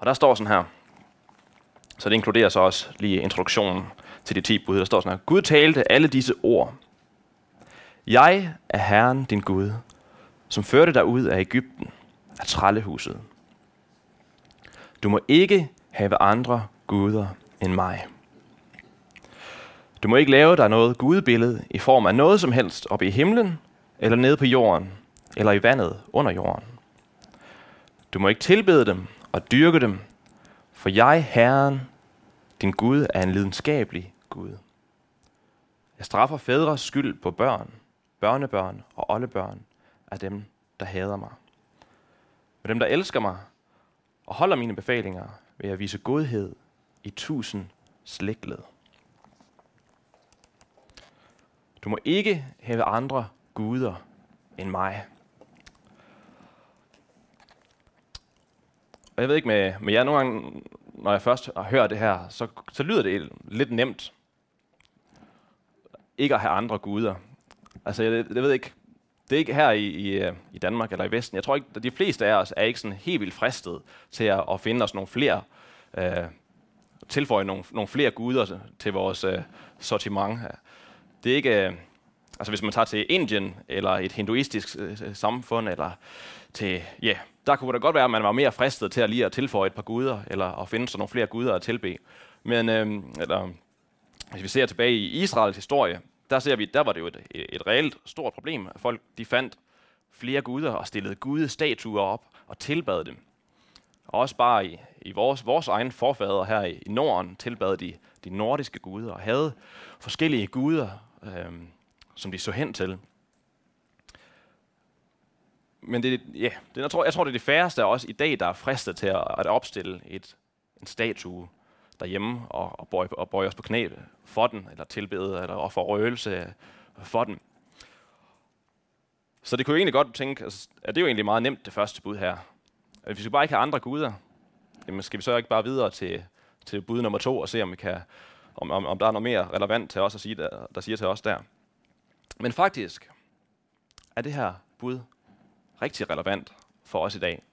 Og der står sådan her, så det inkluderer så også lige introduktionen til de 10 bud. Der står sådan her: Gud talte alle disse ord. Jeg er Herren din Gud, som førte dig ud af Egypten, af trællehuset. Du må ikke have andre guder end mig. Du må ikke lave dig noget gudebillede i form af noget som helst oppe i himlen, eller nede på jorden, eller i vandet under jorden. Du må ikke tilbede dem og dyrke dem, for jeg, Herren, din Gud, er en lidenskabelig Gud. Jeg straffer fædres skyld på børn, børnebørn og oldebørn af dem, der hader mig. Men dem, der elsker mig og holder mine befalinger, vil jeg vise godhed i 1000 slægtled. Du må ikke have andre guder end mig. Og jeg ved ikke med jer, nogle gange, når jeg først har hørt det her, så lyder det lidt nemt ikke at have andre guder. Altså, jeg ved ikke, det er ikke her i Danmark eller i Vesten. Jeg tror ikke, at de fleste af os er ikke sådan helt vildt fristet til at finde os nogle flere, tilføje nogle flere guder til vores sortiment. Det er ikke, altså hvis man tager til Indien eller et hinduistisk samfund, eller til, der kunne det godt være, at man var mere fristet til at lige at tilføje et par guder, eller at finde sådan nogle flere guder at tilbede. Men eller, hvis vi ser tilbage i Israels historie, der var det jo et reelt stort problem. Folk de fandt flere guder og stillede gudestatuer op og tilbad dem. Og også bare i vores egen forfædre her i Norden tilbad de nordiske guder og havde forskellige guder, som de så hen til. Men jeg tror, det er det færreste af os i dag, der er fristet til at opstille en statue derhjemme og bøje os på knæ for den, eller tilbede, eller for røgelse for den. Så det kunne jo egentlig godt tænke, at det er jo egentlig meget nemt, det første bud her. At hvis vi bare ikke har andre guder, jamen skal vi så ikke bare videre til bud nummer 2 og se, om der er noget mere relevant til os at sige, der siger til os der. Men faktisk er det her bud rigtig relevant for os i dag.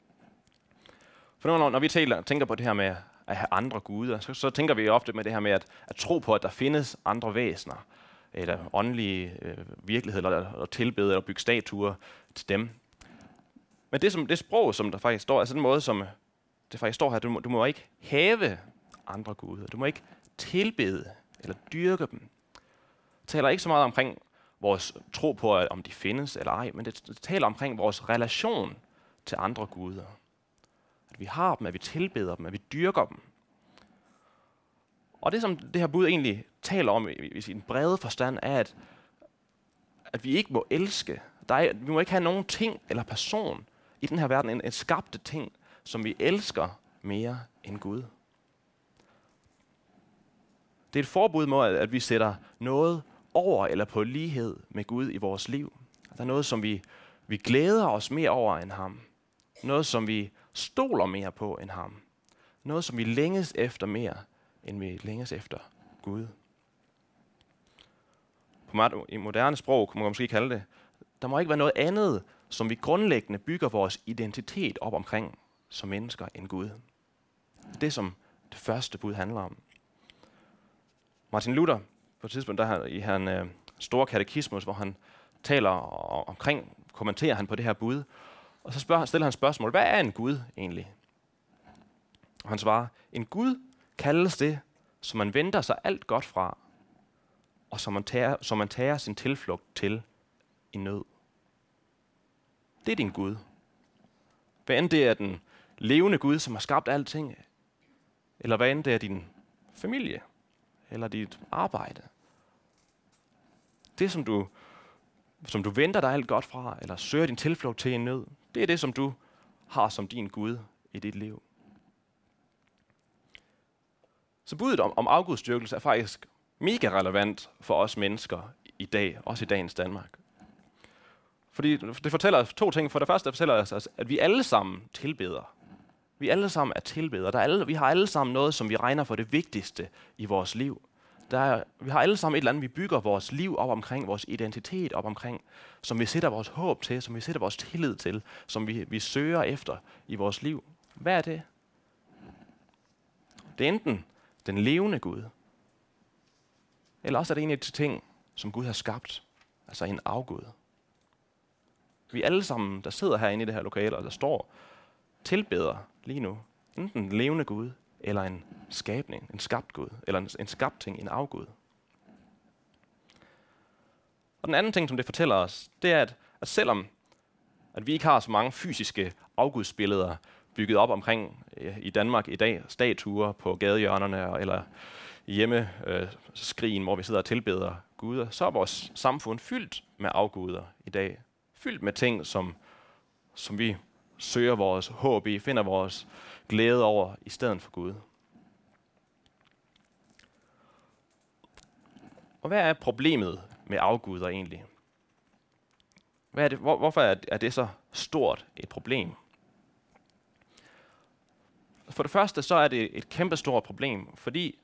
For når vi tænker på det her med at have andre guder, så tænker vi ofte med det her med at tro på, at der findes andre væsener, eller åndelige virkeligheder, eller tilbede, eller bygge statuer til dem. Men det sprog, som der faktisk står, altså den måde, som det faktisk står her, du må ikke have andre guder. Du må ikke tilbede eller dyrke dem. Det taler ikke så meget omkring vores tro på, om de findes eller ej, men det taler omkring vores relation til andre guder. At vi har dem, at vi tilbeder dem, at vi dyrker dem. Og det, som det her bud egentlig taler om i sin brede forstand, er, at vi ikke må elske. Vi må ikke have nogen ting eller person i den her verden, en skabte ting, som vi elsker mere end Gud. Det er et forbud mod, at vi sætter noget over eller på lighed med Gud i vores liv. Der er noget, som vi glæder os mere over end ham. Noget, som vi stoler mere på end ham. Noget, som vi længes efter mere, end vi længes efter Gud. I moderne sprog kunne man måske kalde det, der må ikke være noget andet, som vi grundlæggende bygger vores identitet op omkring som mennesker end Gud. Det, som det første bud handler om. Martin Luther, på et tidspunkt, i han store katekismus, hvor han taler omkring, kommenterer han på det her bud, og så stiller han spørgsmål, hvad er en Gud egentlig? Og han svarer, en Gud kaldes det, som man venter sig alt godt fra, og som man tager sin tilflugt til i nød. Det er din Gud. Hvad end det er den levende Gud, som har skabt alting, eller hvad end det er din familie, eller dit arbejde. Det, som du venter dig alt godt fra, eller søger din tilflugt til i nød, det er det, som du har som din Gud i dit liv. Så budet om afgudstyrkelse er faktisk mega relevant for os mennesker i dag, også i dagens Danmark. Fordi det fortæller os 2 ting. For det første fortæller os, at vi alle sammen tilbeder. Vi alle sammen er tilbedere. Vi har alle sammen noget, som vi regner for det vigtigste i vores liv. Vi har alle sammen et eller andet, vi bygger vores liv op omkring, vores identitet op omkring, som vi sætter vores håb til, som vi sætter vores tillid til, som vi søger efter i vores liv. Hvad er det? Det er enten den levende Gud, eller også er det en af de ting, som Gud har skabt, altså en afgud. Vi alle sammen, der sidder herinde i det her lokale, og der står, tilbeder lige nu, enten en levende Gud, eller en skabning, en skabt Gud, eller en skabt ting, en afgud. Og den anden ting, som det fortæller os, det er, at selvom at vi ikke har så mange fysiske afgudsbilleder bygget op omkring i Danmark i dag, statuer på gadehjørnerne eller hjemmeskrigen, hvor vi sidder og tilbeder guder, så er vores samfund fyldt med afguder i dag. Fyldt med ting, som vi søger vores håb i, finder vores glæde over i stedet for Gud. Og hvad er problemet med afguder egentlig? Hvad er det, hvorfor er det så stort et problem? For det første så er det et kæmpestort problem, fordi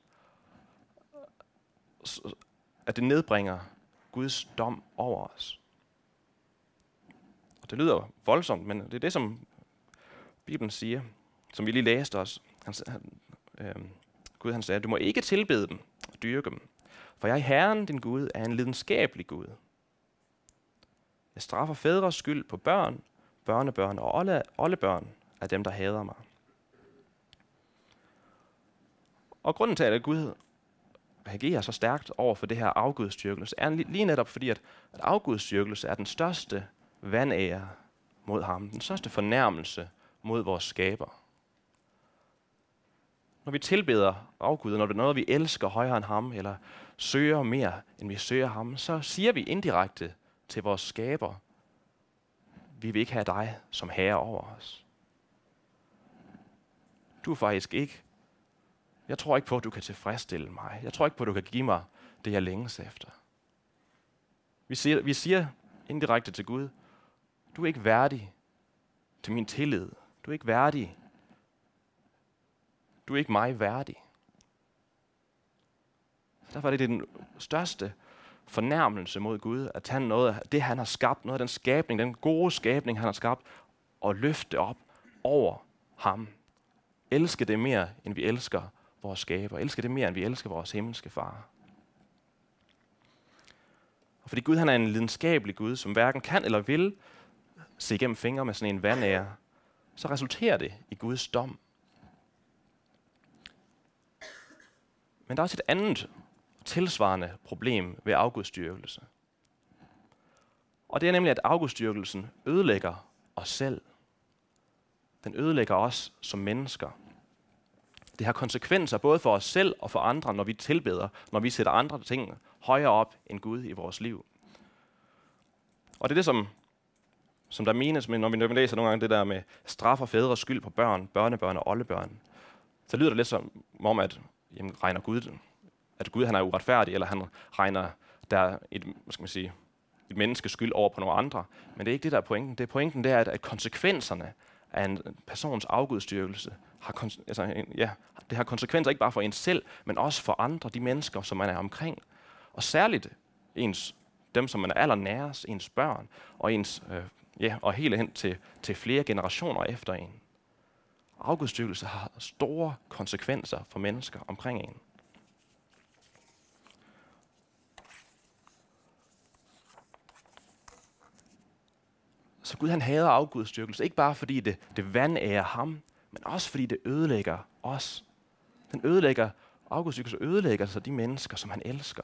at det nedbringer Guds dom over os. Og det lyder voldsomt, men det er det, som Bibelen siger, som vi lige læste os. Gud han sagde, du må ikke tilbede dem og dyrke dem, for jeg, Herren, din Gud, er en lidenskabelig Gud. Jeg straffer fædres skyld på børn, børnebørn og oldebørn af dem, der hader mig. Og grunden til, at Gud reagerer så stærkt over for det her afgudstyrkelse, er lige netop fordi, at afgudstyrkelse er den største vanære mod ham, den største fornærmelse mod vores skaber. Når vi tilbeder afguden, når det er noget, vi elsker højere end ham, eller søger mere, end vi søger ham, så siger vi indirekte til vores skaber, vi vil ikke have dig som herre over os. Du er faktisk ikke. Jeg tror ikke på, at du kan tilfredsstille mig. Jeg tror ikke på, at du kan give mig det, jeg længes efter. Vi siger indirekte til Gud, du er ikke værdig til min tillid. Du er ikke værdig. Du er ikke mig værdig. Derfor er det den største fornærmelse mod Gud, at tage noget af det, han har skabt, noget af den skabning, den gode skabning, han har skabt, og løfte op over ham. Elske det mere, end vi elsker vores skaber. Elske det mere, end vi elsker vores himmelske far. Og fordi Gud han er en lidenskabelig Gud, som hverken kan eller vil se igennem fingre med sådan en vanære, så resulterer det i Guds dom. Men der er også et andet tilsvarende problem ved afgudstyrkelse. Og det er nemlig, at afgudstyrkelsen ødelægger os selv. Den ødelægger os som mennesker. Det har konsekvenser både for os selv og for andre, når vi tilbeder, når vi sætter andre ting højere op end Gud i vores liv. Og det er det, som der menes med, når vi læser nogle gange det der med straffer fædres skyld på børn, børnebørn og oldebørn. Så lyder det lidt som om, at regner Gud, at Gud han er uretfærdig, eller han regner der et menneskes skyld over på nogle andre. Men det er ikke det, der er pointen. Det er pointen, det er, at konsekvenserne af en persons afgudstyrkelse det har konsekvenser ikke bare for en selv, men også for andre, de mennesker, som man er omkring. Og særligt dem, som man er allernærest, ens børn, og og helt hen til flere generationer efter en. Afgudstyrkelse har store konsekvenser for mennesker omkring en. Så Gud han hader afgudstyrkelse, ikke bare fordi det vanærer ham, men også fordi det ødelægger os. Afgudstyrkelse ødelægger så de mennesker, som han elsker.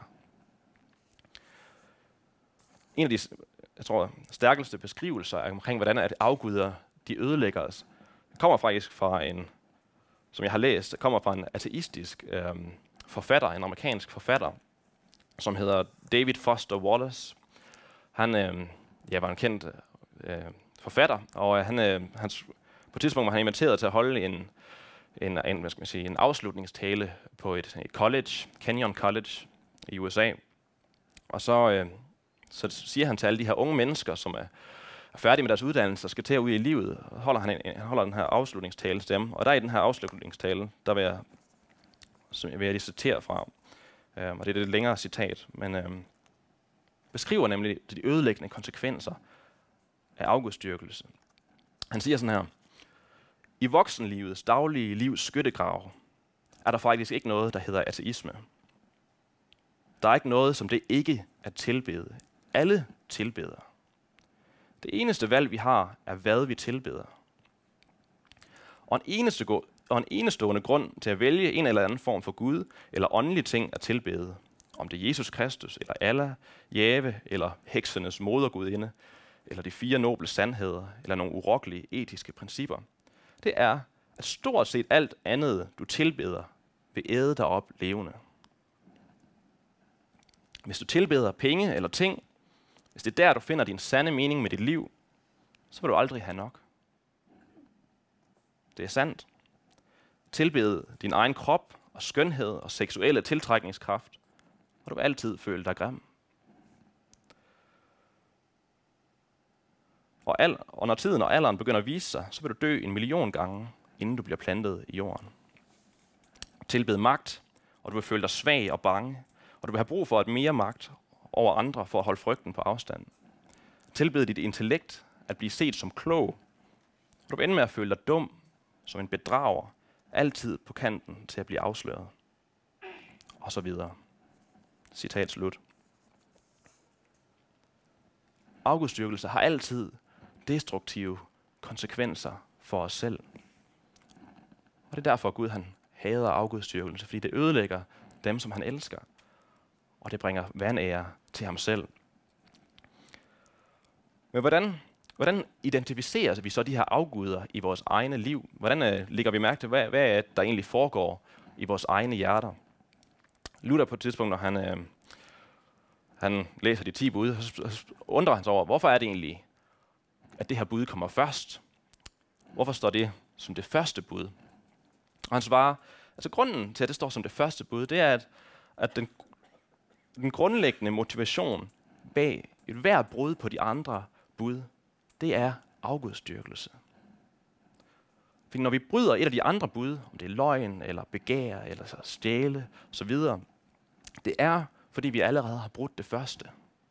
En af de, stærkeste beskrivelser omkring, hvordan at afguder de ødelægger os, kommer faktisk fra som jeg har læst, kommer fra en ateistisk forfatter, en amerikansk forfatter, som hedder David Foster Wallace. Han var en kendt forfatter, og på et tidspunkt var han inviteret til at holde en afslutningstale på et college, Kenyon College i USA. Og så siger han til alle de her unge mennesker, som er færdige med deres uddannelse og skal til at ud i livet, han holder den her afslutningstale til dem. Og der i den her afslutningstale, der vil jeg lige citere fra, og det er et længere citat, men beskriver nemlig de ødelæggende konsekvenser af afgudstyrkelse. Han siger sådan her: i voksenlivets daglige livs skyttegrav er der faktisk ikke noget, der hedder ateisme. Der er ikke noget, som det ikke er tilbede. Alle tilbeder. Det eneste valg, vi har, er, hvad vi tilbeder. Og en enestående grund til at vælge en eller anden form for Gud eller åndelige ting at tilbede, om det er Jesus Kristus, eller Allah, Jave, eller heksernes modergudinde, eller de 4 noble sandheder, eller nogle urokkelige etiske principper, det er, at stort set alt andet, du tilbeder, vil æde dig op levende. Hvis du tilbeder penge eller ting, hvis det er der, du finder din sande mening med dit liv, så vil du aldrig have nok. Det er sandt. Tilbede din egen krop og skønhed og seksuelle tiltrækningskraft, og du vil altid føle dig grim. Og når tiden og alderen begynder at vise sig, så vil du dø 1 million gange, inden du bliver plantet i jorden. Tilbede magt, og du vil føle dig svag og bange, og du vil have brug for at mere magt over andre for at holde frygten på afstand. Tilbede dit intellekt, at blive set som klog, og du vil ende med at føle dig dum, som en bedrager, altid på kanten til at blive afsløret. Og så videre. Citat slut. Afgudstyrkelse har altid destruktive konsekvenser for os selv. Og det er derfor, at Gud han hader afgudstyrkelse, fordi det ødelægger dem, som han elsker. Og det bringer vanære til ham selv. Men hvordan identificerer vi så de her afguder i vores egne liv? Hvordan lægger vi mærke til, hvad er der egentlig foregår i vores egne hjerter? Luther på et tidspunkt, når han læser de 10 bud, så undrer han sig over, hvorfor er det egentlig, at det her bud kommer først? Hvorfor står det som det første bud? Og han svarer, altså grunden til, at det står som det første bud, det er, at den grundlæggende motivation bag et hvert brud på de andre bud, det er afgudstyrkelse. For når vi bryder et af de andre bud, om det er løgn, eller begær, eller så stjæle, så videre, det er, fordi vi allerede har brudt det første.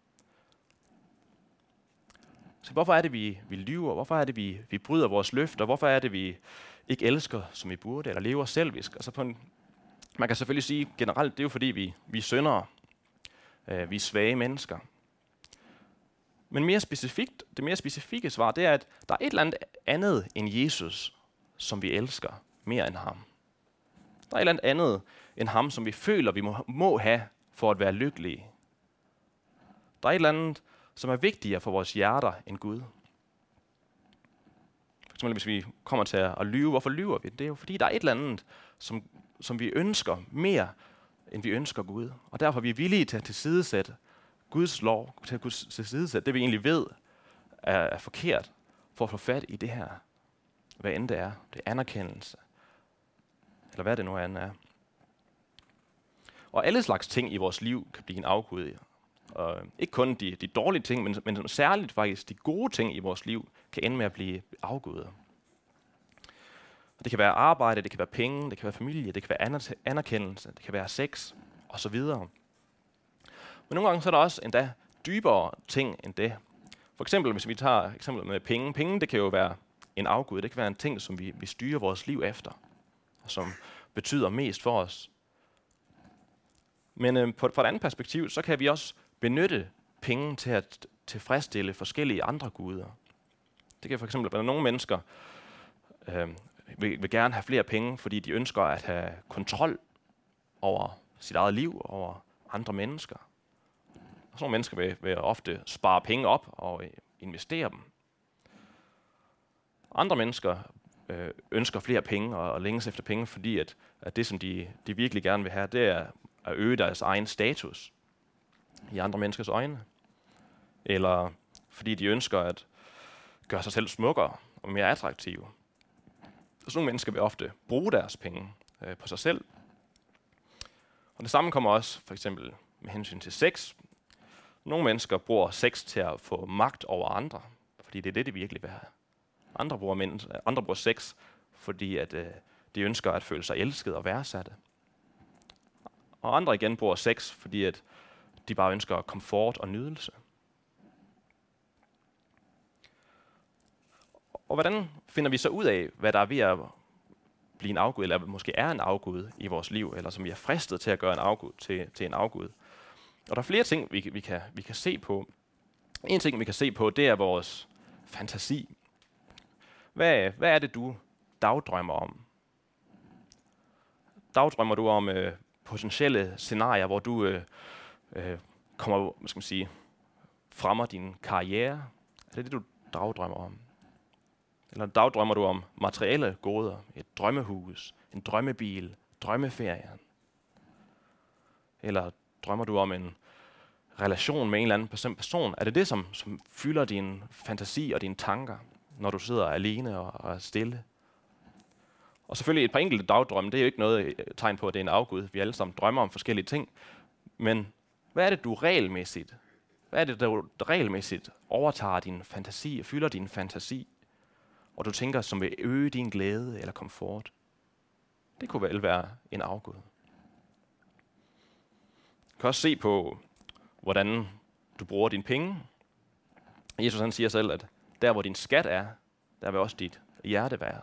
Så hvorfor er det, vi lyver? Hvorfor er det, vi bryder vores løfter? Hvorfor er det, vi ikke elsker, som vi burde, eller lever selvisk? Altså man kan selvfølgelig sige generelt, det er jo fordi, vi er syndere. Vi er svage mennesker. Men det mere specifikke svar, det er, at der er et eller andet end Jesus, som vi elsker mere end ham. Der er et eller andet end ham, som vi føler, vi må have for at være lykkelige. Der er et eller andet, som er vigtigere for vores hjerter end Gud. For eksempel, hvis vi kommer til at lyve, hvorfor lyver vi? Det er jo fordi, der er et eller andet, som vi ønsker mere, end vi ønsker Gud. Og derfor er vi villige til at tilsidesætte Guds lov, til at tilsidesætte det, vi egentlig ved er forkert, for at få fat i det her. Hvad end det er. Det er anerkendelse. Eller hvad det nu end er. Og alle slags ting i vores liv kan blive en afgud. Og ikke kun de dårlige ting, men særligt faktisk de gode ting i vores liv kan ende med at blive afguder. Det kan være arbejde, det kan være penge, det kan være familie, det kan være anerkendelse, det kan være sex osv. Men nogle gange så er der også endda dybere ting end det. For eksempel, hvis vi tager eksempel med penge. Penge, det kan jo være en afgud. Det kan være en ting, som vi styrer vores liv efter, og som betyder mest for os. Men fra et andet perspektiv, så kan vi også benytte penge til at tilfredsstille forskellige andre guder. Det kan for eksempel være, at nogle mennesker vil gerne have flere penge, fordi de ønsker at have kontrol over sit eget liv, over andre mennesker. Og sådan nogle mennesker vil ofte spare penge op og investere dem. Andre mennesker ønsker flere penge og længes efter penge, fordi at det, som de virkelig gerne vil have, det er at øge deres egen status i andre menneskers øjne. Eller fordi de ønsker at gøre sig selv smukkere og mere attraktive. Og sådan nogle mennesker vil ofte bruge deres penge på sig selv. Og det samme kommer også for eksempel med hensyn til sex. Nogle mennesker bruger sex til at få magt over andre, fordi det er det, de virkelig vil have. Andre bruger sex, fordi at, de ønsker at føle sig elsket og værdsatte. Og andre igen bruger sex, fordi at de bare ønsker komfort og nydelse. Og hvordan finder vi så ud af, hvad der er ved at blive en afgud, eller måske er en afgud i vores liv, eller som vi er fristet til at gøre en afgud til en afgud. Og der er flere ting, vi kan se på. En ting, vi kan se på, det er vores fantasi. Hvad er det, du dagdrømmer om? Dagdrømmer du om potentielle scenarier, hvor du kommer, fremmer din karriere? Er det det, du dagdrømmer om? Eller dagdrømmer du om materielle goder, et drømmehus, en drømmebil, drømmeferie? Eller drømmer du om en relation med en eller anden bestemt person? Er det det, som fylder din fantasi og dine tanker, når du sidder alene og er stille? Og selvfølgelig et par enkelte dagdrømme, det er jo ikke noget tegn på, at det er en afgud. Vi alle sammen drømmer om forskellige ting. Men hvad er det, du regelmæssigt overtager din fantasi og fylder din fantasi, og du tænker, som vil øge din glæde eller komfort? Det kunne vel være en afgud. Du kan også se på, hvordan du bruger dine penge. Jesus han siger selv, at der hvor din skat er, der vil også dit hjerte være.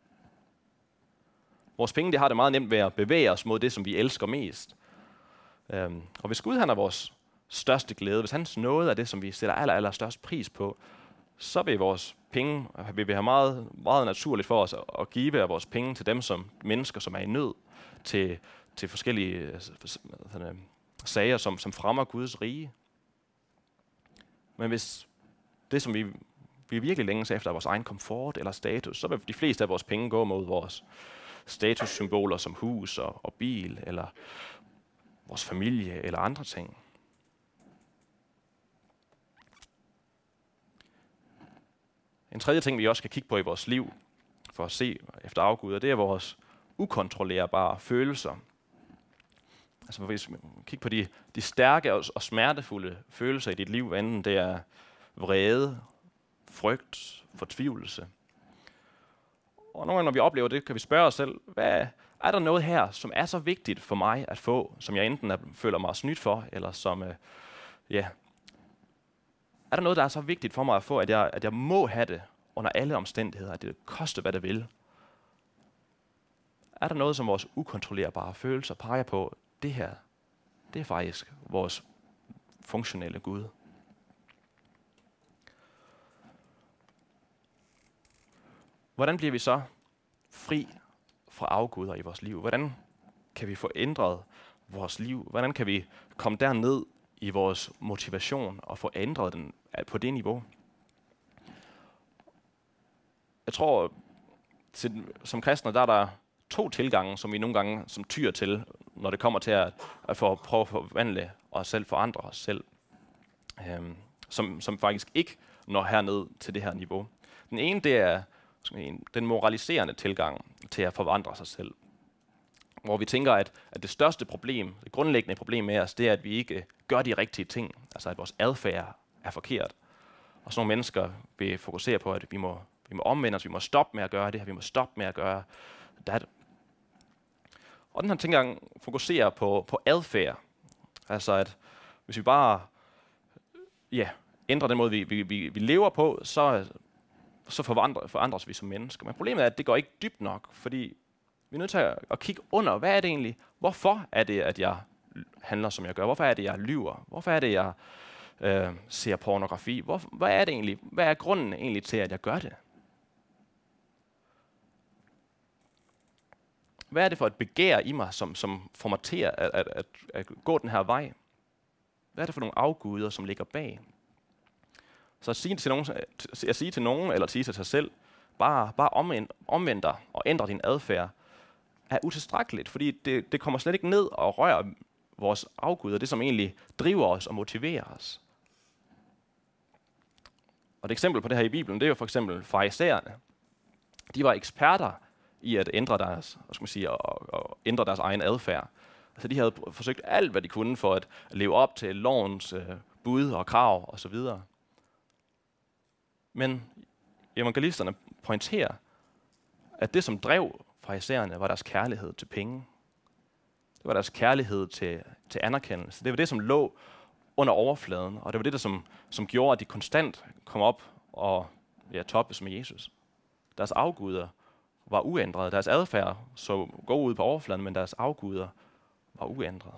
Vores penge det har det meget nemt ved at bevæge os mod det, som vi elsker mest. Og hvis Gud han er vores største glæde, hvis hans nåde er det, som vi sætter aller størst pris på, så vil vores penge, vil vi have meget, meget naturligt for os at give af vores penge til dem, som mennesker, som er i nød, til forskellige sager, som fremmer Guds rige. Men hvis det, som vi virkelig længes efter, er vores egen komfort eller status, så vil de fleste af vores penge gå mod vores statussymboler som hus og bil, eller vores familie eller andre ting. En tredje ting, vi også skal kigge på i vores liv, for at se efter afguder, det er vores ukontrollerbare følelser. Altså hvis vi kigger på de stærke og smertefulde følelser i dit liv, enten det er vrede, frygt, fortvivlelse. Og nogle gange, når vi oplever det, kan vi spørge os selv, er der noget her, som er så vigtigt for mig at få, som jeg enten føler mig snydt for, eller som, er der noget, der er så vigtigt for mig at få, at jeg må have det under alle omstændigheder, at det koster, hvad det vil? Er der noget, som vores ukontrollerbare følelser peger på, det her, det er faktisk vores funktionelle Gud? Hvordan bliver vi så fri fra afguder i vores liv? Hvordan kan vi få ændret vores liv? Hvordan kan vi komme derned i vores motivation og få ændret den på det niveau? Jeg tror, som kristne, der er der to tilgange, som vi nogle gange som tyr til, når det kommer til at prøve at forvandle os selv, forandre os selv, som faktisk ikke når herned til det her niveau. Den ene, det er den moraliserende tilgang til at forandre sig selv. Hvor vi tænker, at det største problem, det grundlæggende problem med os, det er, at vi ikke gør de rigtige ting. Altså at vores adfærd er forkert. Og sådan nogle mennesker vil fokusere på, at vi må omvende os, vi må stoppe med at gøre det her, vi må stoppe med at gøre det. Og den her tilgang fokuserer på adfærd. Altså at hvis vi bare ændrer den måde, vi lever på, så forandres vi som mennesker. Men problemet er, at det går ikke dybt nok, fordi vi er nødt til at kigge under, hvad er det egentlig? Hvorfor er det, at jeg handler, som jeg gør? Hvorfor er det, jeg lyver? Hvorfor er det, jeg ser pornografi? Hvad er det egentlig? Hvad er grunden egentlig til, at jeg gør det? Hvad er det for et begær i mig, som får mig til at gå den her vej? Hvad er det for nogle afguder, som ligger bag? Så at sige til nogen, eller at sige til sig selv, bare omvend dig og ændre din adfærd, er utilstrækkeligt, fordi det kommer slet ikke ned og rører vores afguder, det som egentlig driver os og motiverer os. Og et eksempel på det her i Bibelen, det er jo for eksempel farisæerne. De var eksperter i at ændre deres, ændre deres egen adfærd. Altså de havde forsøgt alt, hvad de kunne for at leve op til lovens bud og krav osv. Men evangelisterne pointerer, at det, som drev farisæerne, var deres kærlighed til penge. Det var deres kærlighed til anerkendelse. Det var det, som lå under overfladen, og det var det, der som gjorde, at de konstant kom op og toppes med Jesus. Deres afguder var uændret. Deres adfærd så god ud på overfladen, men deres afguder var uændret.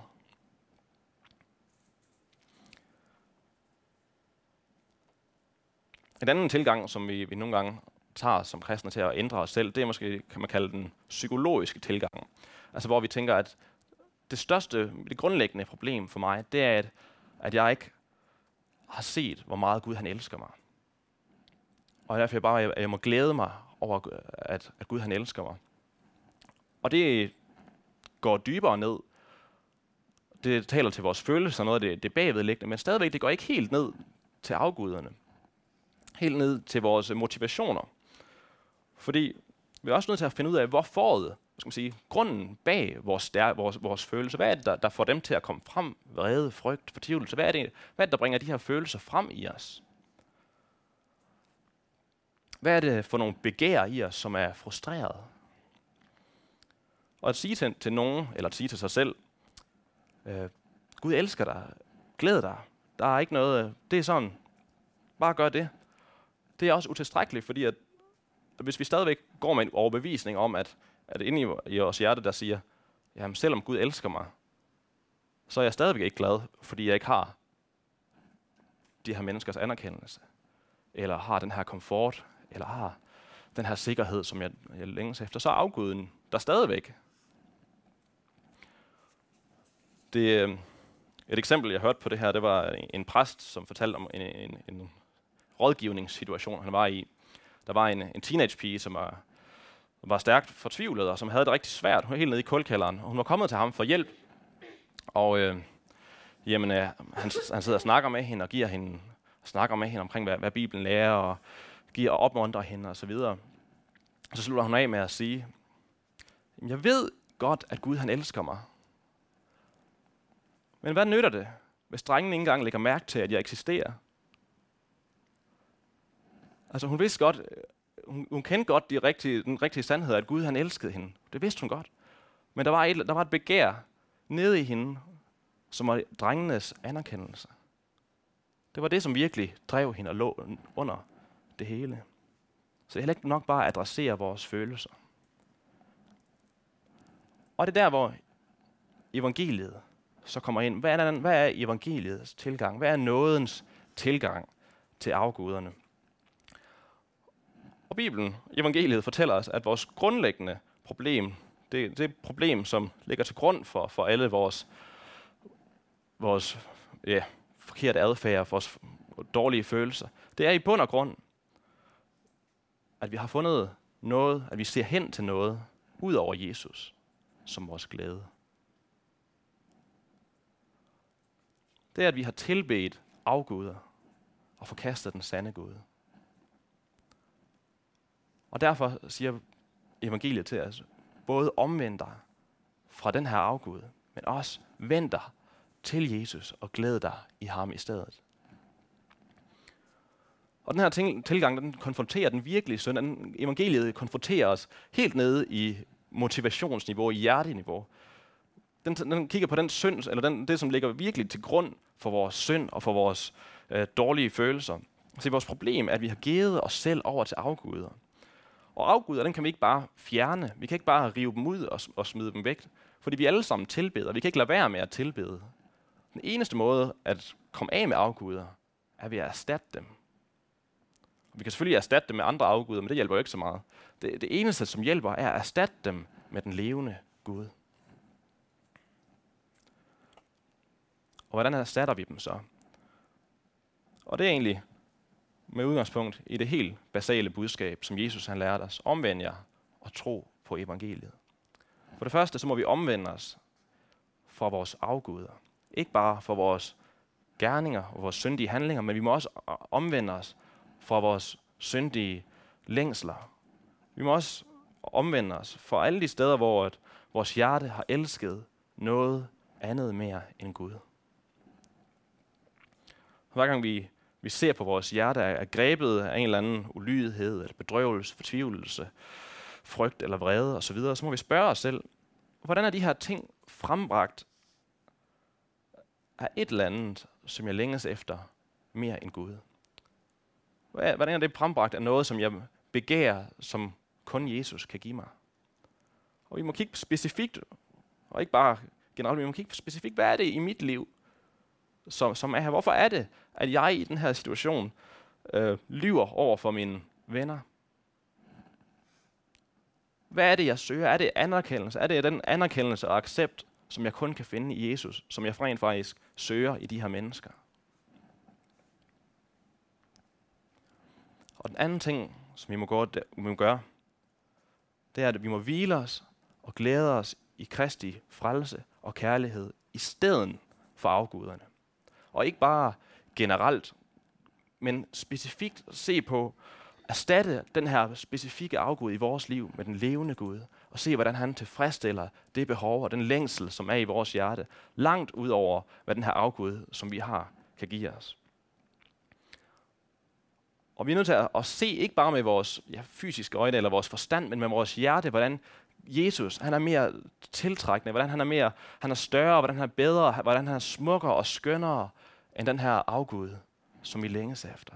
En anden tilgang, som vi nogle gange tager som kristne til at ændre os selv, det er måske, kan man kalde den psykologiske tilgang. Altså hvor vi tænker, at det grundlæggende problem for mig, det er, at jeg ikke har set, hvor meget Gud han elsker mig. Og derfor jeg må glæde mig over, at Gud han elsker mig. Og det går dybere ned. Det taler til vores følelser, noget af det bagvedliggende, men stadigvæk, det går ikke helt ned til afguderne. Helt ned til vores motivationer. Fordi vi er også nødt til at finde ud af, hvorfor grunden bag vores følelser. Hvad er det, der får dem til at komme frem? Vrede, frygt, fortvivlelse. Hvad er det, der bringer de her følelser frem i os? Hvad er det for nogle begær i os, som er frustreret? Og at sige til nogen, eller at sige til sig selv, Gud elsker dig, glæd dig, der er ikke noget, det er sådan, bare gør det. Det er også utilstrækkeligt, fordi at hvis vi stadigvæk går med en overbevisning om, at inde i vores hjerte, der siger, jamen selvom Gud elsker mig, så er jeg stadigvæk ikke glad, fordi jeg ikke har de her menneskers anerkendelse, eller har den her komfort, eller har den her sikkerhed, som jeg længes efter, så er afguden der stadigvæk. Et eksempel, jeg hørte på det her, det var en præst, som fortalte om en rådgivningssituation, han var i. Der var en teenagepige, som var stærkt fortvivlet, og som havde det rigtig svært. Hun var helt nede i kulkælderen, og hun var kommet til ham for hjælp. Og han sidder og snakker med hende, og snakker med hende omkring, hvad Bibelen lærer, og giver og opmuntrer hende, og så videre. Og så slutter hun af med at sige, jeg ved godt, at Gud han elsker mig. Men hvad nytter det, hvis drengen ikke engang lægger mærke til, at jeg eksisterer? Altså hun vidste godt, hun kendte godt den rigtige sandhed, at Gud han elskede hende. Det vidste hun godt. Men der var et begær nede i hende, som var drengenes anerkendelse. Det var det, som virkelig drev hende og lå under det hele. Så det er heller ikke nok bare at adressere vores følelser. Og det er der, hvor evangeliet så kommer ind. Hvad er evangeliets tilgang? Hvad er nådens tilgang til afguderne? Og Bibelen, evangeliet, fortæller os, at vores grundlæggende problem, det problem, som ligger til grund for alle vores forkerte adfærd, vores dårlige følelser, det er i bund og grund, at vi har fundet noget, at vi ser hen til noget, ud over Jesus, som vores glæde. Det er, at vi har tilbedt afguder og forkastet den sande Gud. Og derfor siger evangeliet til os, både omvend dig fra den her afgud, men også vend dig til Jesus og glæd dig i ham i stedet. Og den her tilgang, den konfronterer den virkelige synd. Evangeliet konfronterer os helt nede i motivationsniveau, i hjerteniveau. Den kigger på den synd, eller det, som ligger virkelig til grund for vores synd og for vores dårlige følelser. Så vores problem er, at vi har givet os selv over til afguder. Og afguder, den kan vi ikke bare fjerne. Vi kan ikke bare rive dem ud og smide dem væk. Fordi vi alle sammen tilbeder. Vi kan ikke lade være med at tilbede. Den eneste måde at komme af med afguder, er ved at erstatte dem. Vi kan selvfølgelig erstatte dem med andre afguder, men det hjælper jo ikke så meget. Det eneste, som hjælper, er at erstatte dem med den levende Gud. Og hvordan erstatter vi dem så? Og det er egentlig med udgangspunkt i det helt basale budskab, som Jesus han lærte os. Omvend jer og tro på evangeliet. For det første, så må vi omvende os fra vores afguder. Ikke bare for vores gerninger og vores syndige handlinger, men vi må også omvende os fra vores syndige længsler. Vi må også omvende os fra alle de steder, hvor vores hjerte har elsket noget andet mere end Gud. Hver gang vi ser på vores hjerte er grebet af en eller anden ulydighed, eller bedrøvelse, fortvivlelse, frygt eller vrede osv., så må vi spørge os selv, hvordan er de her ting frembragt af et eller andet, som jeg længes efter mere end Gud? Hvordan er det frembragt af noget, som jeg begærer, som kun Jesus kan give mig. Og vi må kigge specifikt, og ikke bare generelt, vi må kigge specifikt, hvad er det i mit liv, som er her? Hvorfor er det, at jeg i den her situation lyver over for mine venner? Hvad er det, jeg søger? Er det anerkendelse? Er det den anerkendelse og accept, som jeg kun kan finde i Jesus, som jeg rent faktisk søger i de her mennesker? Og den anden ting, som vi må gøre, det er, at vi må hvile os og glæde os i Kristi frelse og kærlighed i stedet for afguderne. Og ikke bare generelt, men specifikt se på, erstatte den her specifikke afgud i vores liv med den levende Gud, og se, hvordan han tilfredsstiller det behov og den længsel, som er i vores hjerte, langt ud over, hvad den her afgud, som vi har, kan give os. Og vi er nødt til at se, ikke bare med vores fysiske øjne eller vores forstand, men med vores hjerte, hvordan Jesus, han er mere tiltrækkende, hvordan han er større, hvordan han er bedre, hvordan han er smukkere og skønnere end den her afgud, som vi længes efter.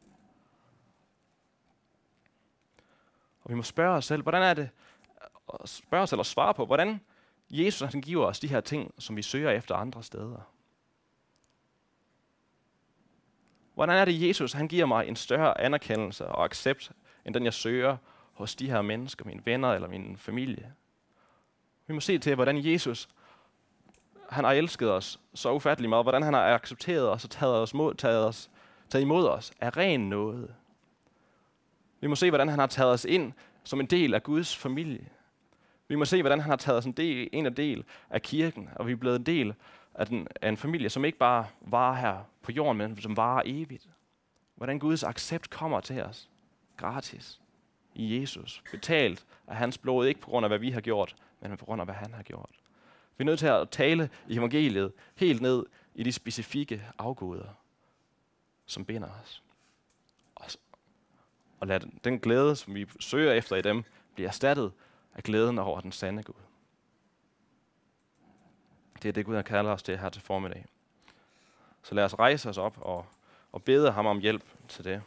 Og vi må spørge os selv, hvordan er det, eller svare på, hvordan Jesus han giver os de her ting, som vi søger efter andre steder. Hvordan er det, Jesus han giver mig en større anerkendelse og accept, end den jeg søger hos de her mennesker, mine venner eller min familie? Vi må se til, hvordan Jesus han har elsket os så ufattelig meget, hvordan han har accepteret os og taget imod os af ren nåde. Vi må se, hvordan han har taget os ind som en del af Guds familie. Vi må se, hvordan han har taget os en del af kirken, og vi er blevet en del af en familie, som ikke bare varer her på jorden, men som varer evigt. Hvordan Guds accept kommer til os gratis i Jesus, betalt af hans blod, ikke på grund af, hvad vi har gjort, men på grund af, hvad han har gjort. Vi er nødt til at tale i evangeliet helt ned i de specifikke afguder, som binder os. Og lad den glæde, som vi søger efter i dem, blive erstattet af glæden over den sande Gud. Det er det, Gud har kaldet os til her til formiddag. Så lad os rejse os op og bede ham om hjælp til det.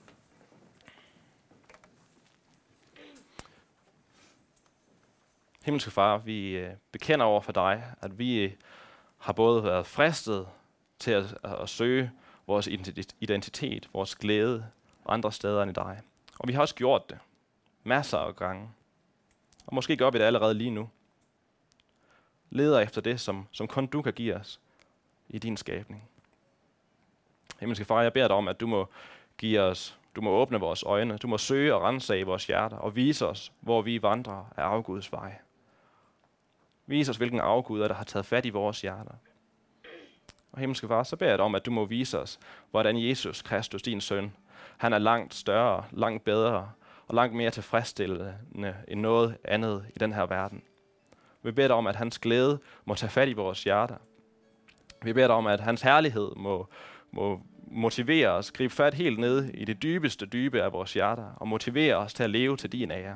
Himmelske Far, vi bekender over for dig, at vi har både været fristet til at søge vores identitet, vores glæde og andre steder end i dig. Og vi har også gjort det masser af gange. Og måske gør vi det allerede lige nu. Leder efter det, som kun du kan give os i din skabning. Himmelske Far, jeg beder dig om, at du må åbne vores øjne, du må søge og ransage vores hjerter og vise os, hvor vi vandrer af afguds vej. Vis os, hvilken afgud der har taget fat i vores hjerter. Og himmelske Far, så beder jeg dig om, at du må vise os, hvordan Jesus Kristus, din søn, han er langt større, langt bedre og langt mere tilfredsstillende end noget andet i den her verden. Vi beder dig om, at hans glæde må tage fat i vores hjerter. Vi beder dig om, at hans herlighed må motivere os, gribe fat helt ned i det dybeste dybe af vores hjerter og motivere os til at leve til din ære.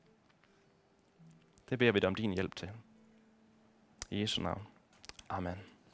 Det beder vi dig om din hjælp til. I Jesu navn. Amen.